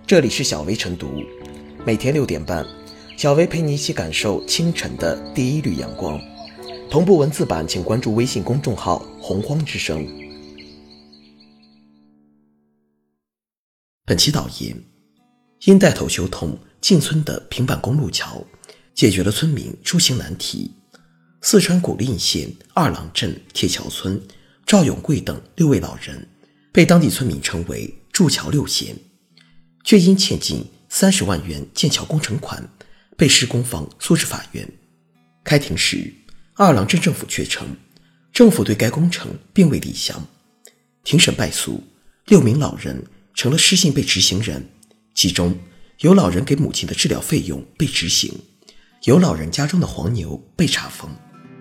这里是小薇晨读，每天6点半，小薇陪你一起感受清晨的第一缕阳光。同步文字版请关注微信公众号洪荒之声。本期导言：因带头修通进村的平板公路桥，解决了村民出行难题。四川古蔺县二郎镇铁桥村赵永贵等6位老人被当地村民称为筑桥6贤，却因欠近30万元建桥工程款被施工方诉至法院。开庭时，二郎镇政府却称政府对该工程并未立项。庭审败诉，6名老人成了失信被执行人，其中有老人给母亲的治疗费用被执行，有老人家中的黄牛被查封。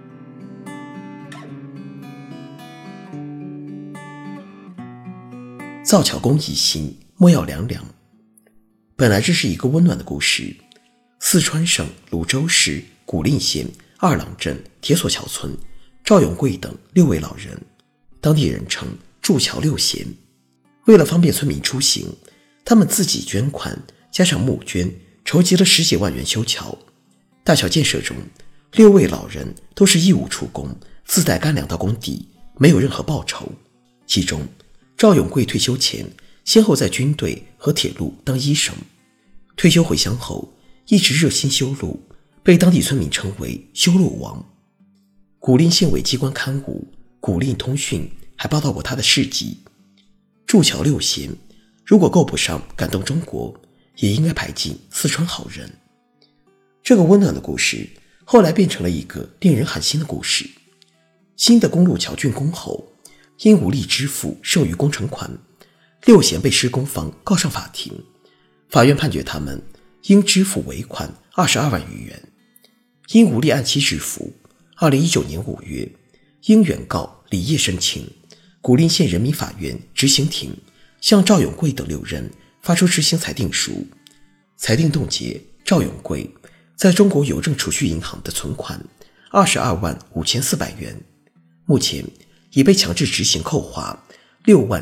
造桥工一心，莫要凉凉。本来这是一个温暖的故事。四川省泸州市古蔺县二郎镇铁索桥村赵永贵等6位老人，当地人称筑桥6贤。为了方便村民出行，他们自己捐款加上募捐，筹集了10几万元修桥。大桥建设中，6位老人都是义务出工，自带干粮到工地，没有任何报酬。其中赵永贵退休前先后在军队和铁路当医生，退休回乡后一直热心修路，被当地村民称为修路王。古蔺县委机关刊物《古蔺通讯》还报道过他的事迹。筑桥6贤如果够不上感动中国，也应该排进四川好人。这个温暖的故事后来变成了一个令人寒心的故事。新的公路桥竣工后，因无力支付剩余工程款，6贤被施工方告上法庭，法院判决他们应支付尾款22万余元。因无力按期支付，2019年5月，因原告李业申请，古蔺县人民法院执行庭向赵永贵等6人发出执行裁定书，裁定冻结赵永贵在中国邮政储蓄银行的存款22万5400元，目前已被强制执行扣划6万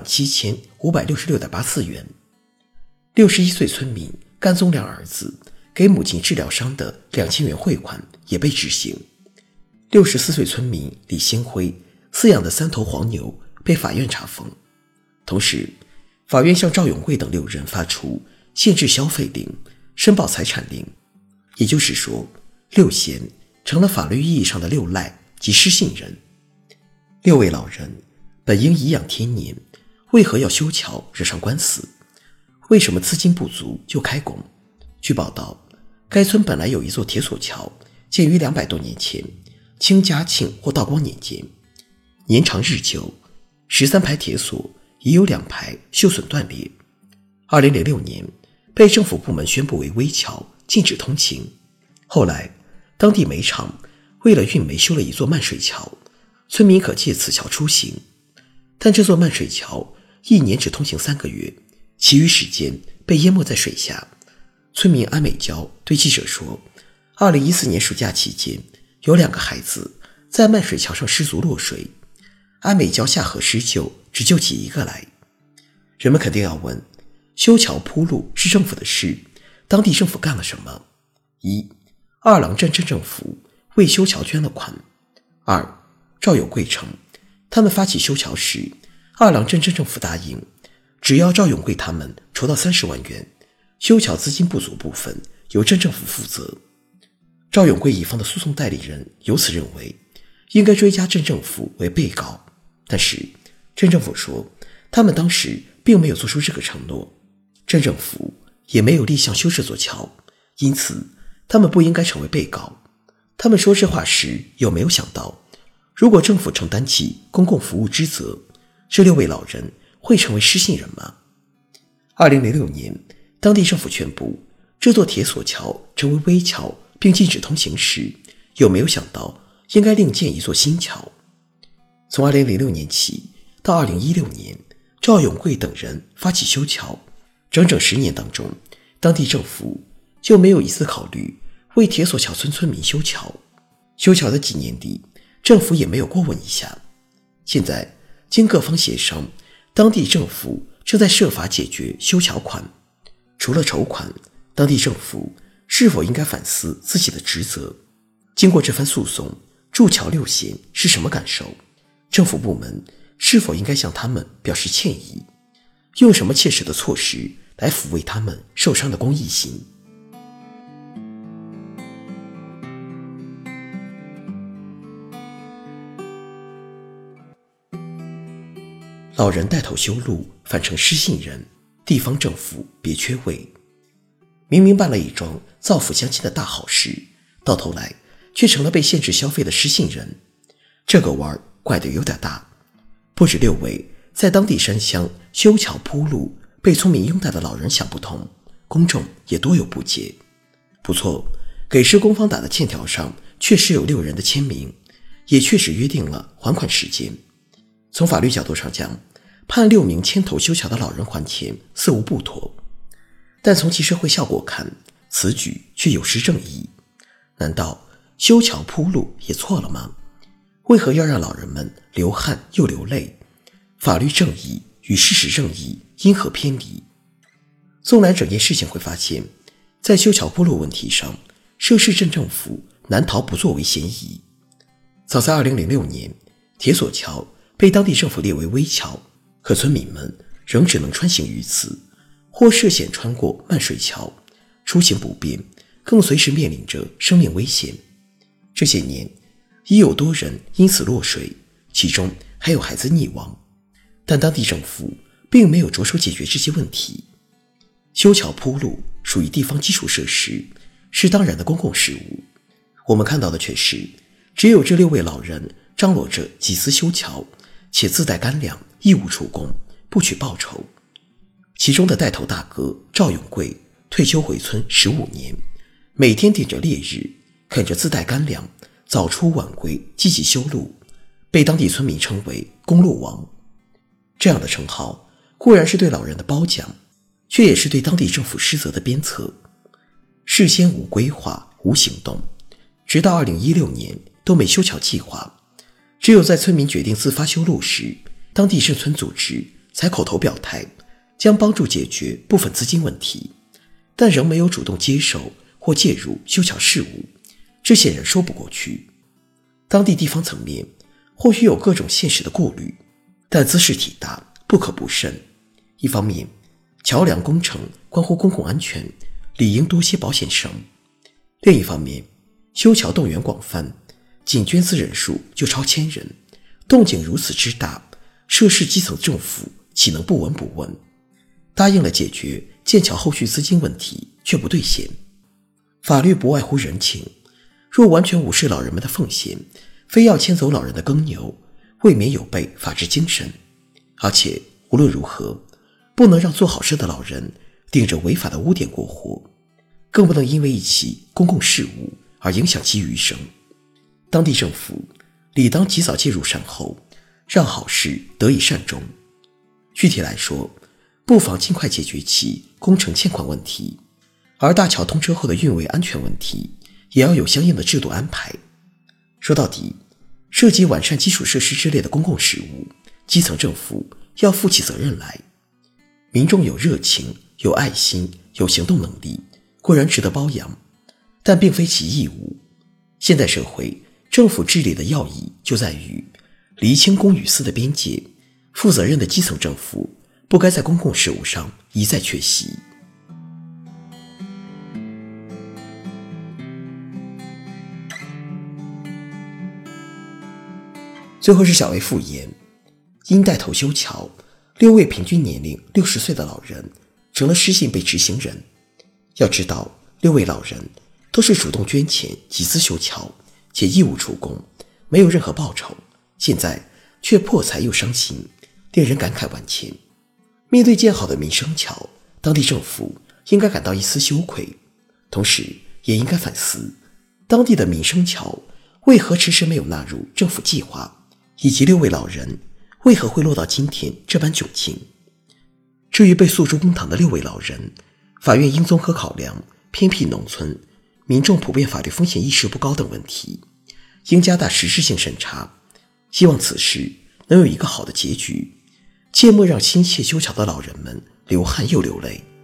7566.84元。61岁村民甘宗良儿子给母亲治疗伤的2000元汇款也被执行。64岁村民李新辉饲养的3头黄牛被法院查封。同时，法院向赵永贵等6人发出限制消费令、申报财产令，也就是说，6贤成了法律意义上的6赖及失信人。6位老人本应颐养天年，为何要修桥惹上官司？为什么资金不足就开工？据报道，该村本来有一座铁索桥，建于200多年前，清嘉庆或道光年间。年长日久，13排铁索已有2排锈损断裂。2006年被政府部门宣布为危桥，禁止通行。后来当地煤厂为了运煤修了一座漫水桥，村民可借此桥出行，但这座漫水桥1年只通行3个月，其余时间被淹没在水下。村民安美娇对记者说，2014年暑假期间，有2个孩子在漫水桥上失足落水，安美娇下河施救，只救起1个来。人们肯定要问，修桥铺路是政府的事，当地政府干了什么？1. 二郎镇镇政府为修桥捐了款。2. 赵永贵称，他们发起修桥时，二郎镇镇政府答应，只要赵永贵他们筹到30万元，修桥资金不足部分由镇政府负责。赵永贵一方的诉讼代理人由此认为，应该追加镇政府为被告，但是镇政府说，他们当时并没有做出这个承诺，镇政府也没有立项修这座桥，因此他们不应该成为被告。他们说这话时有没有想到，如果政府承担起公共服务之责，这6位老人会成为失信人吗？2006年，当地政府宣布这座铁索桥成为危桥并禁止通行时，有没有想到应该另建一座新桥？从2006年起到2016年，赵永贵等人发起修桥，整整10年当中，当地政府就没有一次考虑为铁索桥村村民修桥。修桥的几年里，政府也没有过问一下。现在经各方协商，当地政府正在设法解决修桥款。 除了筹款，当地政府是否应该反思自己的职责？经过这番诉讼，筑桥6贤是什么感受？政府部门是否应该向他们表示歉意？用什么切实的措施来抚慰他们受伤的公益心？老人带头修路反成失信人，地方政府别缺位。明明办了一桩造福乡亲的大好事，到头来却成了被限制消费的失信人。这个弯拐得有点大。不止6位在当地山乡修桥铺路被村民拥戴的老人想不通，公众也多有不解。不错，给施工方打的欠条上确实有6人的签名，也确实约定了还款时间。从法律角度上讲，判6名牵头修桥的老人还钱似乎不妥，但从其社会效果看，此举却有失正义。难道修桥铺路也错了吗？为何要让老人们流汗又流泪？法律正义与事实正义因何偏离？纵览整件事情会发现，在修桥铺路问题上，涉市镇政府难逃不作为嫌疑。早在2006年，铁索桥被当地政府列为危桥，可村民们仍只能穿行于此，或涉险穿过漫水桥，出行不便，更随时面临着生命危险。这些年已有多人因此落水，其中还有孩子溺亡，但当地政府并没有着手解决这些问题。修桥铺路属于地方基础设施，是当然的公共事务。我们看到的却是，只有这6位老人张罗着集资修桥，且自带干粮，义务出工，不取报酬。其中的带头大哥赵永贵退休回村15年，每天顶着烈日，啃着自带干粮，早出晚归，积极修路，被当地村民称为公路王。这样的称号固然是对老人的褒奖，却也是对当地政府失责的鞭策。事先无规划无行动，直到2016年都没修桥计划，只有在村民决定自发修路时，当地镇村组织才口头表态将帮助解决部分资金问题，但仍没有主动接手或介入修桥事务，这显然说不过去。当地地方层面或许有各种现实的顾虑，但兹事体大，不可不慎。一方面，桥梁工程关乎公共安全，理应多些保险绳；另一方面，修桥动员广泛，仅捐资人数就超1000人，动静如此之大，涉市基层政府岂能不闻不问？答应了解决建桥后续资金问题，却不兑现。法律不外乎人情，若完全无视老人们的奉献，非要牵走老人的耕牛，未免有悖法治精神。而且无论如何，不能让做好事的老人顶着违法的污点过活，更不能因为一起公共事务而影响其余生。当地政府理当及早介入善后，让好事得以善终。具体来说，不妨尽快解决其工程欠款问题，而大桥通车后的运维安全问题也要有相应的制度安排。说到底，涉及完善基础设施之类的公共事务，基层政府要负起责任来。民众有热情、有爱心、有行动能力，固然值得褒扬，但并非其义务。现代社会，政府治理的要义就在于厘清公与私的边界，负责任的基层政府不该在公共事务上一再缺席。最后是小 A 复言，因带头修桥，6位平均年龄60岁的老人成了失信被执行人。要知道，6位老人都是主动捐钱集资修桥，且义务出工，没有任何报酬，现在却破财又伤心，令人感慨万千。面对建好的民生桥，当地政府应该感到一丝羞愧，同时也应该反思当地的民生桥为何迟迟没有纳入政府计划，以及6位老人为何会落到今天这般窘境。至于被诉诸公堂的6位老人，法院应综合考量偏僻农村民众普遍法律风险意识不高等问题，应加大实质性审查，希望此事能有一个好的结局，切莫让心切修桥的老人们流汗又流泪。